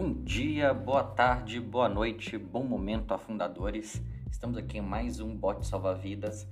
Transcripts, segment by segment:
Bom dia, boa tarde, boa noite, bom momento, afundadores. Estamos aqui em mais um Bote Salva-Vidas,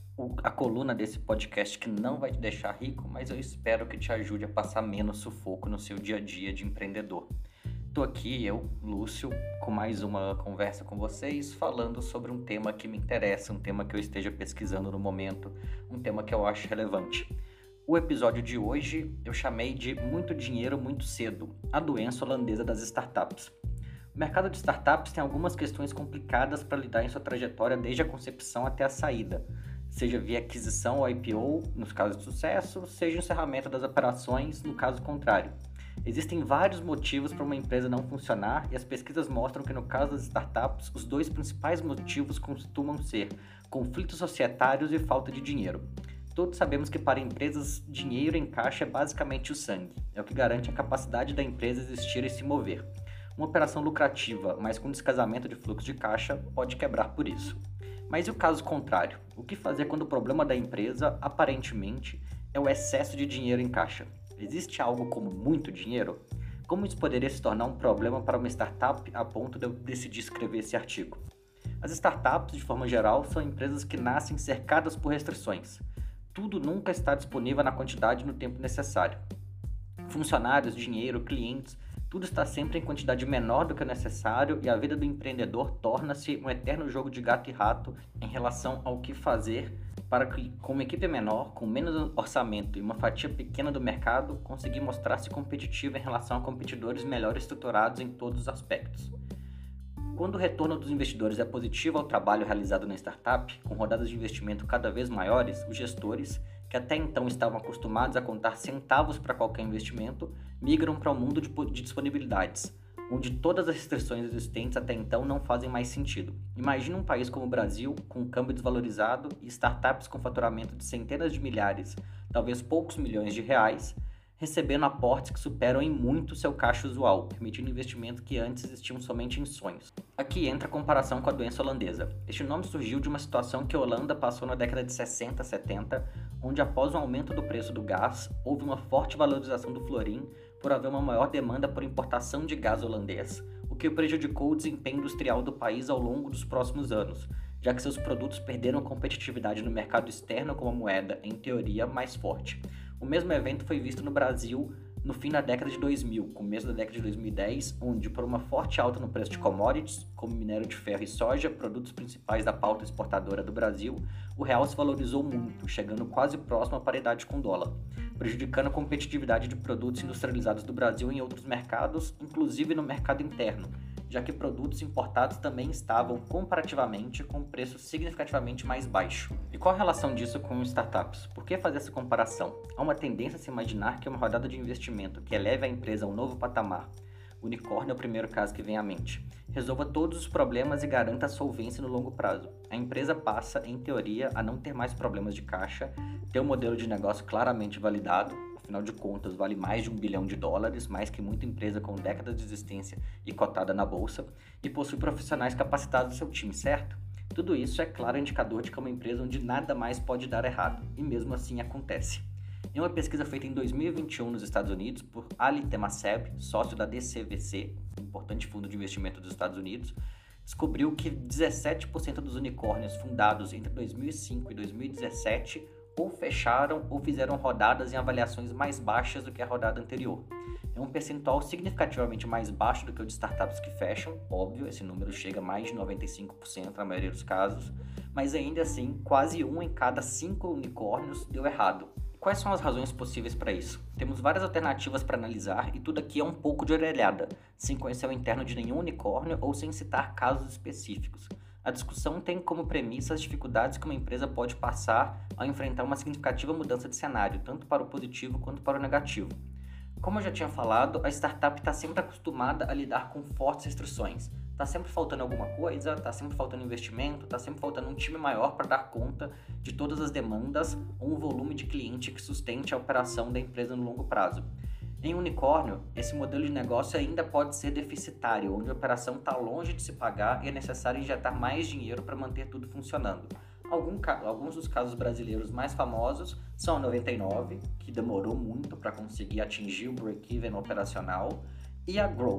a coluna desse podcast que não vai te deixar rico, mas eu espero que te ajude a passar menos sufoco no seu dia a dia de empreendedor. Estou aqui, eu, Lúcio, com mais uma conversa com vocês, falando sobre um tema que me interessa, um tema que eu esteja pesquisando no momento, um tema que eu acho relevante. O episódio de hoje eu chamei de Muito Dinheiro Muito Cedo, a doença holandesa das startups. O mercado de startups tem algumas questões complicadas para lidar em sua trajetória desde a concepção até a saída, seja via aquisição ou IPO, nos casos de sucesso, seja o encerramento das operações, no caso contrário. Existem vários motivos para uma empresa não funcionar e as pesquisas mostram que no caso das startups, os dois principais motivos costumam ser conflitos societários e falta de dinheiro. Todos sabemos que para empresas, dinheiro em caixa é basicamente o sangue. É o que garante a capacidade da empresa existir e se mover. Uma operação lucrativa, mas com descasamento de fluxo de caixa, pode quebrar por isso. Mas e o caso contrário? O que fazer quando o problema da empresa, aparentemente, é o excesso de dinheiro em caixa? Existe algo como muito dinheiro? Como isso poderia se tornar um problema para uma startup a ponto de eu decidir escrever esse artigo? As startups, de forma geral, são empresas que nascem cercadas por restrições. Tudo nunca está disponível na quantidade e no tempo necessário. Funcionários, dinheiro, clientes, tudo está sempre em quantidade menor do que o necessário e a vida do empreendedor torna-se um eterno jogo de gato e rato em relação ao que fazer para que, com uma equipe menor, com menos orçamento e uma fatia pequena do mercado, conseguir mostrar-se competitivo em relação a competidores melhor estruturados em todos os aspectos. Quando o retorno dos investidores é positivo ao trabalho realizado na startup, com rodadas de investimento cada vez maiores, os gestores, que até então estavam acostumados a contar centavos para qualquer investimento, migram para um mundo de disponibilidades, onde todas as restrições existentes até então não fazem mais sentido. Imagine um país como o Brasil, com um câmbio desvalorizado e startups com faturamento de centenas de milhares, talvez poucos milhões de reais, recebendo aportes que superam em muito seu caixa usual, permitindo investimento que antes existiam somente em sonhos. Aqui entra a comparação com a doença holandesa. Este nome surgiu de uma situação que a Holanda passou na década de 60, 70, onde após o aumento do preço do gás, houve uma forte valorização do florim por haver uma maior demanda por importação de gás holandês, o que prejudicou o desempenho industrial do país ao longo dos próximos anos, já que seus produtos perderam competitividade no mercado externo com uma moeda, em teoria, mais forte. O mesmo evento foi visto no Brasil no fim da década de 2000, começo da década de 2010, onde, por uma forte alta no preço de commodities, como minério de ferro e soja, produtos principais da pauta exportadora do Brasil, o real se valorizou muito, chegando quase próximo à paridade com o dólar, prejudicando a competitividade de produtos industrializados do Brasil em outros mercados, inclusive no mercado interno, já que produtos importados também estavam, comparativamente, com preço significativamente mais baixo. E qual a relação disso com startups? Por que fazer essa comparação? Há uma tendência a se imaginar que uma rodada de investimento que eleve a empresa a um novo patamar, unicórnio é o primeiro caso que vem à mente, resolva todos os problemas e garanta a solvência no longo prazo. A empresa passa, em teoria, a não ter mais problemas de caixa, ter um modelo de negócio claramente validado, afinal de contas vale mais de $1 bilhão, mais que muita empresa com décadas de existência e cotada na bolsa, e possui profissionais capacitados no seu time, certo? Tudo isso é claro indicador de que é uma empresa onde nada mais pode dar errado, e mesmo assim acontece. Em uma pesquisa feita em 2021 nos Estados Unidos por Ali Temaseb, sócio da DCVC, um importante fundo de investimento dos Estados Unidos, descobriu que 17% dos unicórnios fundados entre 2005 e 2017 ou fecharam ou fizeram rodadas em avaliações mais baixas do que a rodada anterior. É um percentual significativamente mais baixo do que o de startups que fecham, óbvio, esse número chega a mais de 95% na maioria dos casos, mas ainda assim, quase 1 em cada 5 unicórnios deu errado. Quais são as razões possíveis para isso? Temos várias alternativas para analisar e tudo aqui é um pouco de orelhada, sem conhecer o interno de nenhum unicórnio ou sem citar casos específicos. A discussão tem como premissa as dificuldades que uma empresa pode passar ao enfrentar uma significativa mudança de cenário, tanto para o positivo quanto para o negativo. Como eu já tinha falado, a startup está sempre acostumada a lidar com fortes restrições. Está sempre faltando alguma coisa, está sempre faltando investimento, está sempre faltando um time maior para dar conta de todas as demandas ou um volume de cliente que sustente a operação da empresa no longo prazo. Em unicórnio, esse modelo de negócio ainda pode ser deficitário, onde a operação está longe de se pagar e é necessário injetar mais dinheiro para manter tudo funcionando. Alguns dos casos brasileiros mais famosos são a 99, que demorou muito para conseguir atingir o break-even operacional, e a Grow,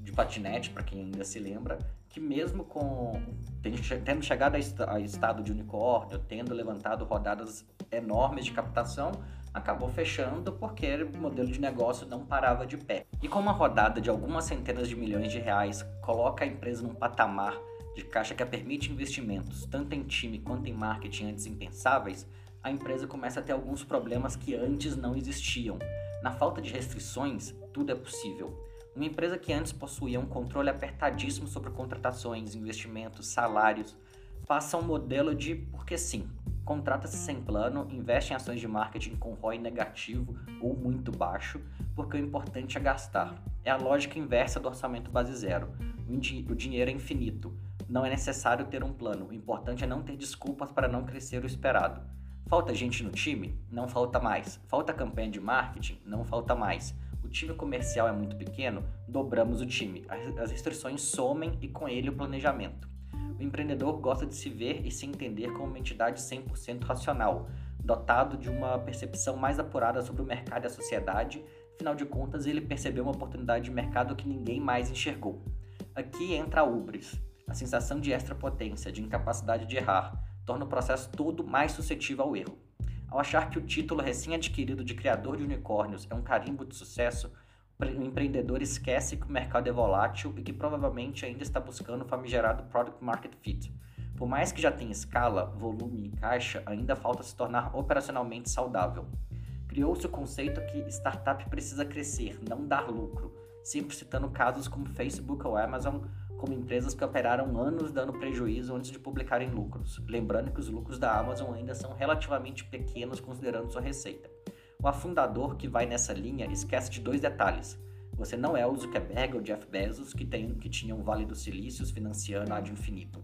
de patinete, para quem ainda se lembra, que mesmo tendo chegado a estado de unicórnio, tendo levantado rodadas enormes de captação, acabou fechando porque o modelo de negócio não parava de pé. E com uma rodada de algumas centenas de milhões de reais, coloca a empresa num patamar de caixa que permite investimentos, tanto em time quanto em marketing antes impensáveis, a empresa começa a ter alguns problemas que antes não existiam. Na falta de restrições, tudo é possível. Uma empresa que antes possuía um controle apertadíssimo sobre contratações, investimentos, salários, passa a um modelo de porque sim. Contrata-se sem plano, investe em ações de marketing com ROI negativo ou muito baixo, porque o importante é gastar. É a lógica inversa do orçamento base zero. O dinheiro é infinito. Não é necessário ter um plano. O importante é não ter desculpas para não crescer o esperado. Falta gente no time? Não falta mais. Falta campanha de marketing? Não falta mais. O time comercial é muito pequeno? Dobramos o time. As restrições somem e com ele o planejamento. O empreendedor gosta de se ver e se entender como uma entidade 100% racional, dotado de uma percepção mais apurada sobre o mercado e a sociedade. Afinal de contas, ele percebeu uma oportunidade de mercado que ninguém mais enxergou. Aqui entra a ubris, a sensação de extrapotência, de incapacidade de errar, torna o processo todo mais suscetível ao erro. Ao achar que o título recém-adquirido de criador de unicórnios é um carimbo de sucesso, o empreendedor esquece que o mercado é volátil e que provavelmente ainda está buscando o famigerado Product Market Fit. Por mais que já tenha escala, volume e caixa, ainda falta se tornar operacionalmente saudável. Criou-se o conceito que startup precisa crescer, não dar lucro, sempre citando casos como Facebook ou Amazon como empresas que operaram anos dando prejuízo antes de publicarem lucros. Lembrando que os lucros da Amazon ainda são relativamente pequenos considerando sua receita. O afundador que vai nessa linha esquece de 2 detalhes. Você não é o Zuckerberg ou Jeff Bezos que tinham o Vale dos Silícios financiando ad infinitum.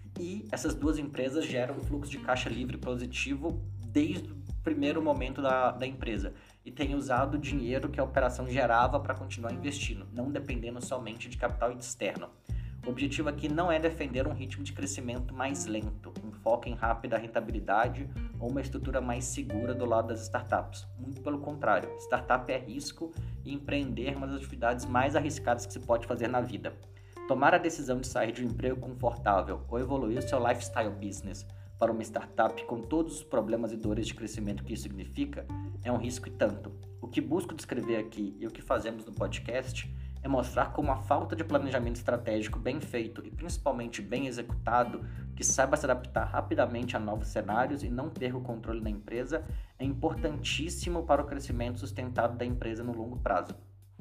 E essas duas empresas geram um fluxo de caixa livre positivo desde o primeiro momento da empresa e têm usado o dinheiro que a operação gerava para continuar investindo, não dependendo somente de capital externo. O objetivo aqui não é defender um ritmo de crescimento mais lento, um foco em rápida rentabilidade ou uma estrutura mais segura do lado das startups. Muito pelo contrário, startup é risco e empreender é uma das atividades mais arriscadas que se pode fazer na vida. Tomar a decisão de sair de um emprego confortável ou evoluir o seu lifestyle business para uma startup com todos os problemas e dores de crescimento que isso significa é um risco e tanto. O que busco descrever aqui e o que fazemos no podcast é mostrar como a falta de planejamento estratégico bem feito e principalmente bem executado, que saiba se adaptar rapidamente a novos cenários e não perca o controle da empresa, é importantíssimo para o crescimento sustentado da empresa no longo prazo.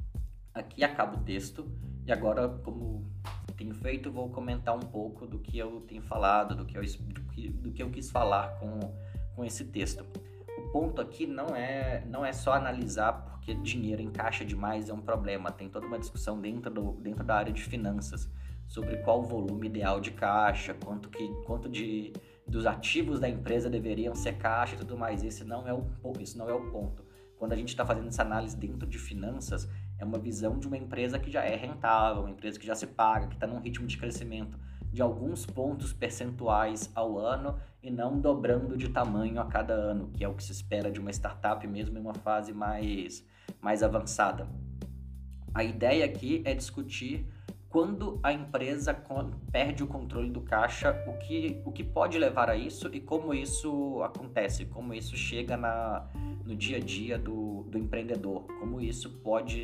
Aqui acaba o texto e agora, como tenho feito, vou comentar um pouco do que eu tenho falado, do que eu quis falar com esse texto. O ponto aqui não é só analisar porque dinheiro em caixa demais é um problema. Tem toda uma discussão dentro da área de finanças sobre qual o volume ideal de caixa, quanto dos ativos da empresa deveriam ser caixa e tudo mais. Isso não é o ponto. Quando a gente está fazendo essa análise dentro de finanças, é uma visão de uma empresa que já é rentável, uma empresa que já se paga, que está num ritmo de crescimento de alguns pontos percentuais ao ano e não dobrando de tamanho a cada ano, que é o que se espera de uma startup mesmo em uma fase mais avançada. A ideia aqui é discutir quando a empresa perde o controle do caixa, o que pode levar a isso e como isso acontece, como isso chega no dia a dia do empreendedor, como isso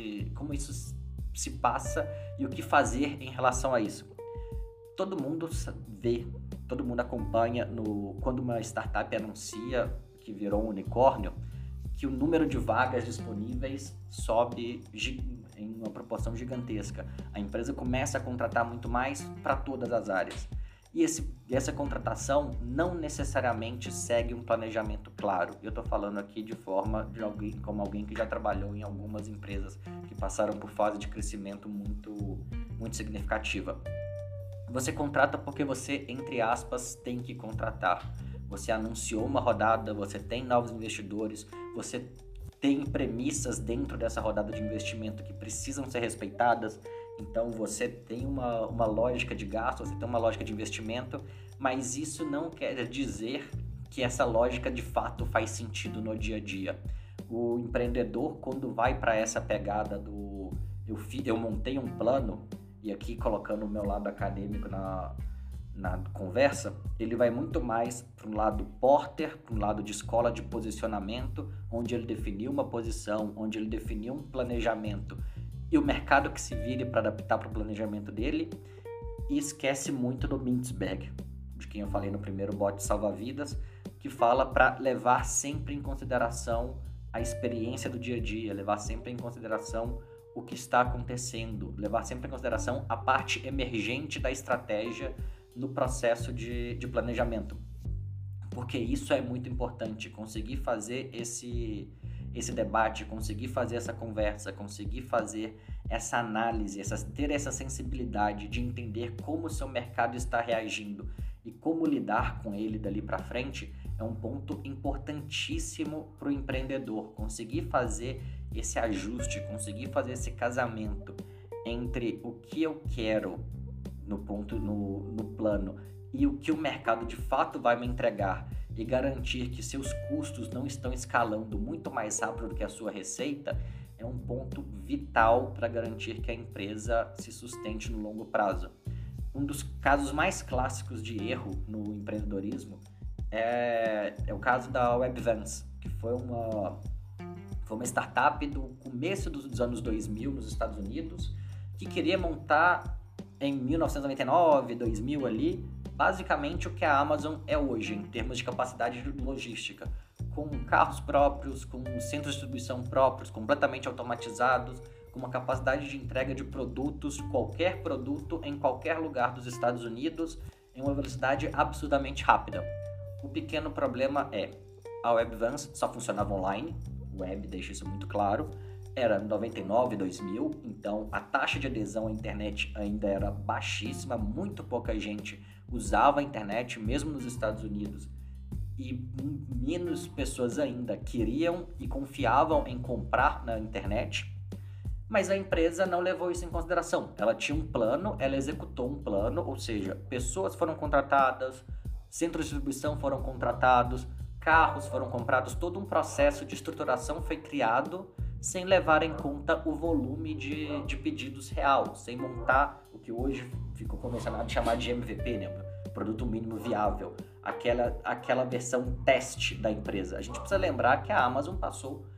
se passa e o que fazer em relação a isso. Todo mundo vê, todo mundo acompanha quando uma startup anuncia que virou um unicórnio, que o número de vagas disponíveis sobe em uma proporção gigantesca. A empresa começa a contratar muito mais para todas as áreas. E essa contratação não necessariamente segue um planejamento claro. Eu estou falando aqui como alguém que já trabalhou em algumas empresas que passaram por fase de crescimento muito, muito significativa. Você contrata porque você, entre aspas, tem que contratar. Você anunciou uma rodada, você tem novos investidores, você tem premissas dentro dessa rodada de investimento que precisam ser respeitadas. Então você tem uma lógica de gasto, você tem uma lógica de investimento, mas isso não quer dizer que essa lógica de fato faz sentido no dia a dia. O empreendedor, quando vai para essa pegada eu montei um plano, e aqui colocando o meu lado acadêmico na conversa, ele vai muito mais para um lado Porter, para um lado de escola de posicionamento, onde ele definiu uma posição, onde ele definiu um planejamento e o mercado que se vire para adaptar para o planejamento dele, e esquece muito do Mintzberg, de quem eu falei no primeiro bote salva-vidas, que fala para levar sempre em consideração a experiência do dia a dia, levar sempre em consideração o que está acontecendo, levar sempre em consideração a parte emergente da estratégia no processo de planejamento. Porque isso é muito importante, conseguir fazer esse debate, conseguir fazer essa conversa, conseguir fazer essa análise, ter essa sensibilidade de entender como o seu mercado está reagindo e como lidar com ele dali para frente, é um ponto importantíssimo para o empreendedor. Conseguir fazer esse ajuste, conseguir fazer esse casamento entre o que eu quero no plano e o que o mercado de fato vai me entregar, e garantir que seus custos não estão escalando muito mais rápido do que a sua receita, é um ponto vital para garantir que a empresa se sustente no longo prazo. Um dos casos mais clássicos de erro no empreendedorismo é o caso da Webvans, que foi uma startup do começo dos anos 2000 nos Estados Unidos, que queria montar em 1999, 2000 ali, basicamente o que a Amazon é hoje, em termos de capacidade de logística, com carros próprios, com centros de distribuição próprios, completamente automatizados, com uma capacidade de entrega de produtos, qualquer produto, em qualquer lugar dos Estados Unidos, em uma velocidade absurdamente rápida. O pequeno problema é, a Webvans só funcionava online, o web deixa isso muito claro, era 99, 2000, então a taxa de adesão à internet ainda era baixíssima, muito pouca gente usava a internet, mesmo nos Estados Unidos, e menos pessoas ainda queriam e confiavam em comprar na internet, mas a empresa não levou isso em consideração. Ela tinha um plano, ela executou um plano, ou seja, pessoas foram contratadas, centros de distribuição foram contratados, carros foram comprados, todo um processo de estruturação foi criado sem levar em conta o volume de pedidos real, sem montar o que hoje ficou convencionado de chamar de MVP, né? Produto mínimo viável, aquela versão teste da empresa. A gente precisa lembrar que a Amazon passou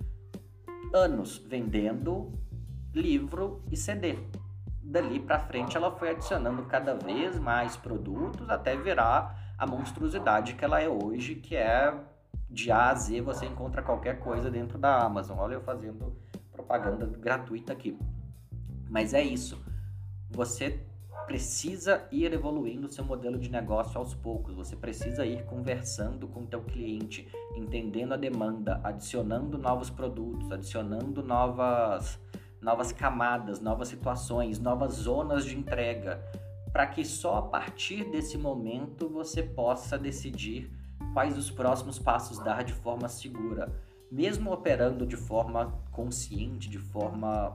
anos vendendo livro e CD. Dali para frente ela foi adicionando cada vez mais produtos até virar a monstruosidade que ela é hoje, que é de A a Z você encontra qualquer coisa dentro da Amazon. Olha eu fazendo propaganda gratuita aqui. Mas é isso. Você precisa ir evoluindo o seu modelo de negócio aos poucos. Você precisa ir conversando com o teu cliente, entendendo a demanda, adicionando novos produtos, adicionando novas camadas, novas situações, novas zonas de entrega, para que só a partir desse momento você possa decidir quais os próximos passos dar de forma segura. Mesmo operando de forma consciente, de forma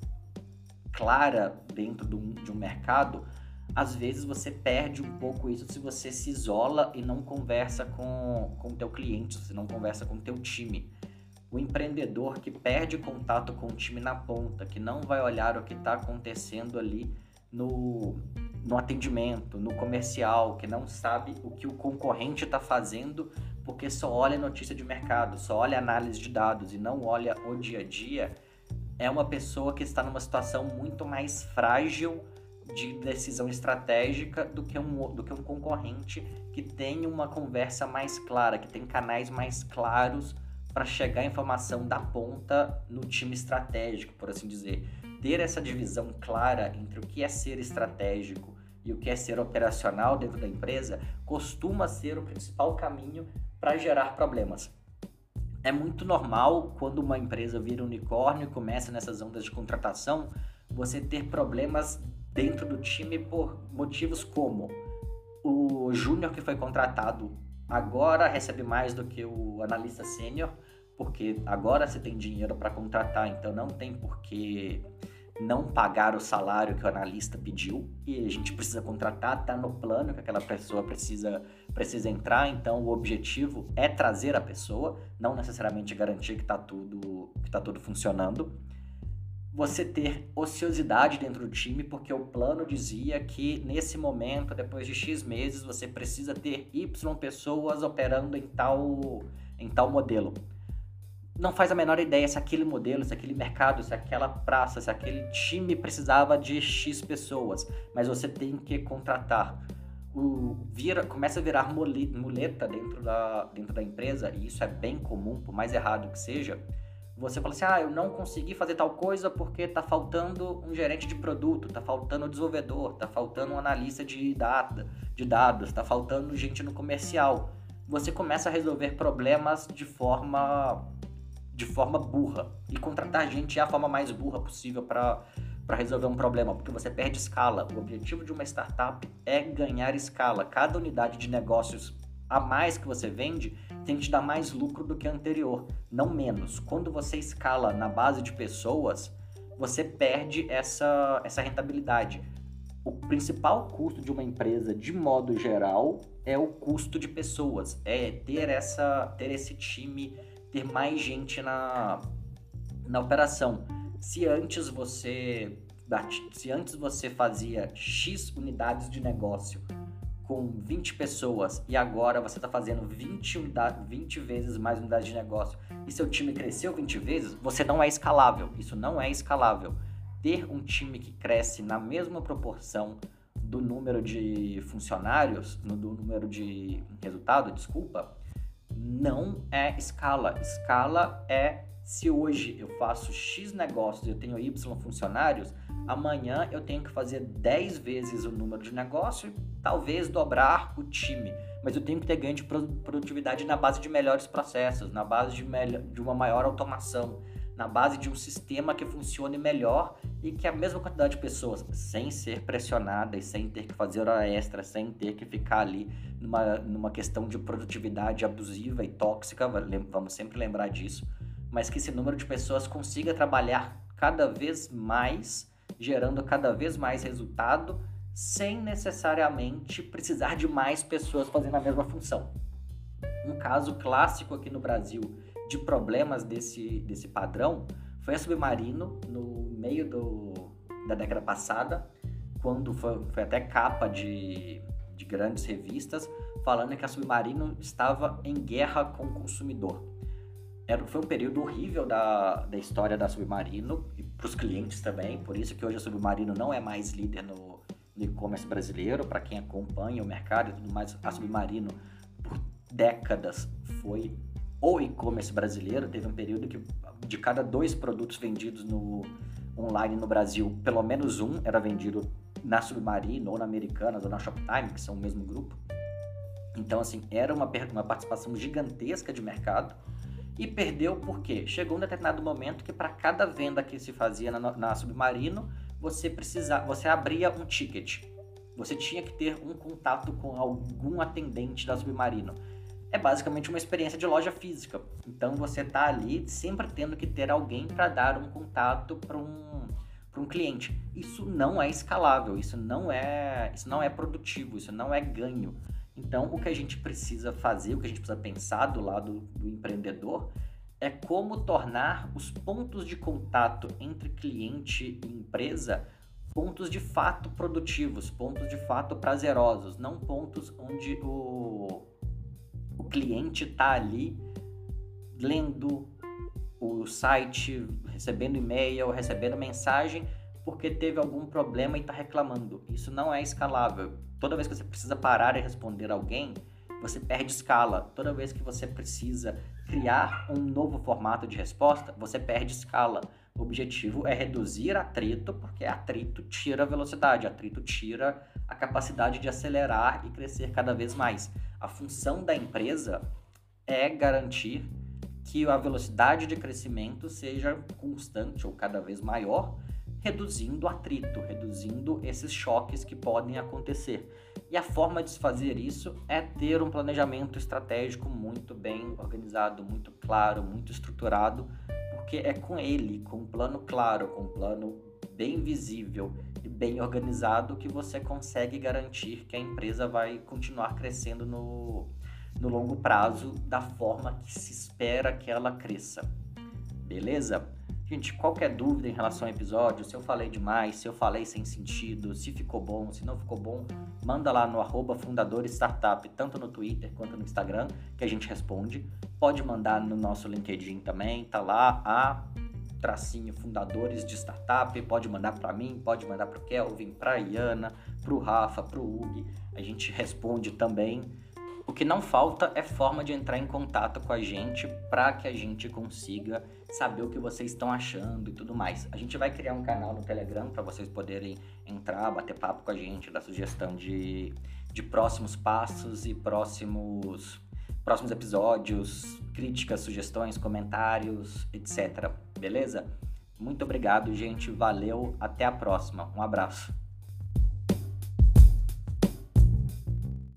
clara dentro de um mercado, às vezes você perde um pouco isso se você se isola e não conversa com o teu cliente, se não conversa com o teu time. O empreendedor que perde contato com o time na ponta, que não vai olhar o que está acontecendo ali no atendimento, no comercial, que não sabe o que o concorrente está fazendo, porque só olha notícia de mercado, só olha análise de dados e não olha o dia a dia, é uma pessoa que está numa situação muito mais frágil de decisão estratégica do que um concorrente que tem uma conversa mais clara, que tem canais mais claros para chegar a informação da ponta no time estratégico, por assim dizer. Ter essa divisão clara entre o que é ser estratégico e o que é ser operacional dentro da empresa costuma ser o principal caminho para gerar problemas. É muito normal, quando uma empresa vira unicórnio e começa nessas ondas de contratação, você ter problemas dentro do time por motivos como o júnior que foi contratado agora recebe mais do que o analista sênior, porque agora você tem dinheiro para contratar, então não tem por que não pagar o salário que o analista pediu, e a gente precisa contratar, está no plano que aquela pessoa precisa entrar, então o objetivo é trazer a pessoa, não necessariamente garantir que está tudo funcionando. você ter ociosidade dentro do time, porque o plano dizia que nesse momento, depois de X meses, você precisa ter Y pessoas operando em tal modelo. Não faz a menor ideia se aquele modelo, se aquele mercado, se aquela praça, se aquele time precisava de X pessoas, mas você tem que contratar. Começa a virar muleta dentro da empresa, e isso é bem comum, por mais errado que seja. Você fala assim, eu não consegui fazer tal coisa porque tá faltando um gerente de produto, tá faltando um desenvolvedor, tá faltando um analista de dados, tá faltando gente no comercial. Você começa a resolver problemas de forma burra. E contratar gente é a forma mais burra possível para resolver um problema, porque você perde escala. O objetivo de uma startup é ganhar escala. Cada unidade de negócios a mais que você vende tem que te dar mais lucro do que a anterior, não menos. Quando você escala na base de pessoas, você perde essa rentabilidade. O principal custo de uma empresa, de modo geral, é o custo de pessoas, é ter esse time, ter mais gente na operação. Se antes você fazia X unidades de negócio com 20 pessoas e agora você está fazendo 20 vezes mais unidades de negócio e seu time cresceu 20 vezes, você não é escalável. Isso não é escalável. Ter um time que cresce na mesma proporção do número de funcionários, do número de resultado, não é escala. Escala é se hoje eu faço X negócios e eu tenho Y funcionários, amanhã eu tenho que fazer 10 vezes o número de negócio e talvez dobrar o time. Mas eu tenho que ter ganho de produtividade na base de melhores processos, na base de uma maior automação, na base de um sistema que funcione melhor e que a mesma quantidade de pessoas, sem ser pressionada e sem ter que fazer hora extra, sem ter que ficar ali numa questão de produtividade abusiva e tóxica, vamos sempre lembrar disso, mas que esse número de pessoas consiga trabalhar cada vez mais, gerando cada vez mais resultado, sem necessariamente precisar de mais pessoas fazendo a mesma função. Um caso clássico aqui no Brasil de problemas desse padrão foi a Submarino no meio da década passada, quando foi até capa de grandes revistas, falando que a Submarino estava em guerra com o consumidor. Foi um período horrível da história da Submarino e para os clientes também, por isso que hoje a Submarino não é mais líder no e-commerce brasileiro. Para quem acompanha o mercado e tudo mais, a Submarino por décadas foi o e-commerce brasileiro. Teve um período que de cada 2 produtos vendidos no online no Brasil, pelo menos um era vendido na Submarino ou na Americanas ou na Shoptime, que são o mesmo grupo. Então, assim, era uma participação gigantesca de mercado. E perdeu porque chegou um determinado momento que para cada venda que se fazia na Submarino, você abria um ticket. Você tinha que ter um contato com algum atendente da Submarino. É basicamente uma experiência de loja física. Então você está ali sempre tendo que ter alguém para dar um contato para um cliente. Isso não é escalável, isso não é produtivo, isso não é ganho. Então, o que a gente precisa fazer, o que a gente precisa pensar do lado do empreendedor é como tornar os pontos de contato entre cliente e empresa pontos de fato produtivos, pontos de fato prazerosos, não pontos onde o cliente está ali lendo o site, recebendo e-mail, recebendo mensagem porque teve algum problema e está reclamando. Isso não é escalável. Toda vez que você precisa parar e responder alguém, você perde escala. Toda vez que você precisa criar um novo formato de resposta, você perde escala. O objetivo é reduzir atrito, porque atrito tira velocidade, atrito tira a capacidade de acelerar e crescer cada vez mais. A função da empresa é garantir que a velocidade de crescimento seja constante ou cada vez maior, reduzindo o atrito, reduzindo esses choques que podem acontecer. E a forma de se fazer isso é ter um planejamento estratégico muito bem organizado, muito claro, muito estruturado, porque é com ele, com um plano claro, com um plano bem visível e bem organizado que você consegue garantir que a empresa vai continuar crescendo no longo prazo da forma que se espera que ela cresça. Beleza? Gente, qualquer dúvida em relação ao episódio, se eu falei demais, se eu falei sem sentido, se ficou bom, se não ficou bom, manda lá no @fundadorestartup, tanto no Twitter quanto no Instagram, que a gente responde. Pode mandar no nosso LinkedIn também, tá lá a tracinho fundadores de startup, pode mandar para mim, pode mandar para o Kelvin, para a Iana, para o Rafa, para o Hugo, a gente responde também. O que não falta é forma de entrar em contato com a gente para que a gente consiga saber o que vocês estão achando e tudo mais. A gente vai criar um canal no Telegram para vocês poderem entrar, bater papo com a gente, dar sugestão de próximos passos e próximos episódios, críticas, sugestões, comentários, etc. Beleza? Muito obrigado, gente. Valeu. Até a próxima. Um abraço.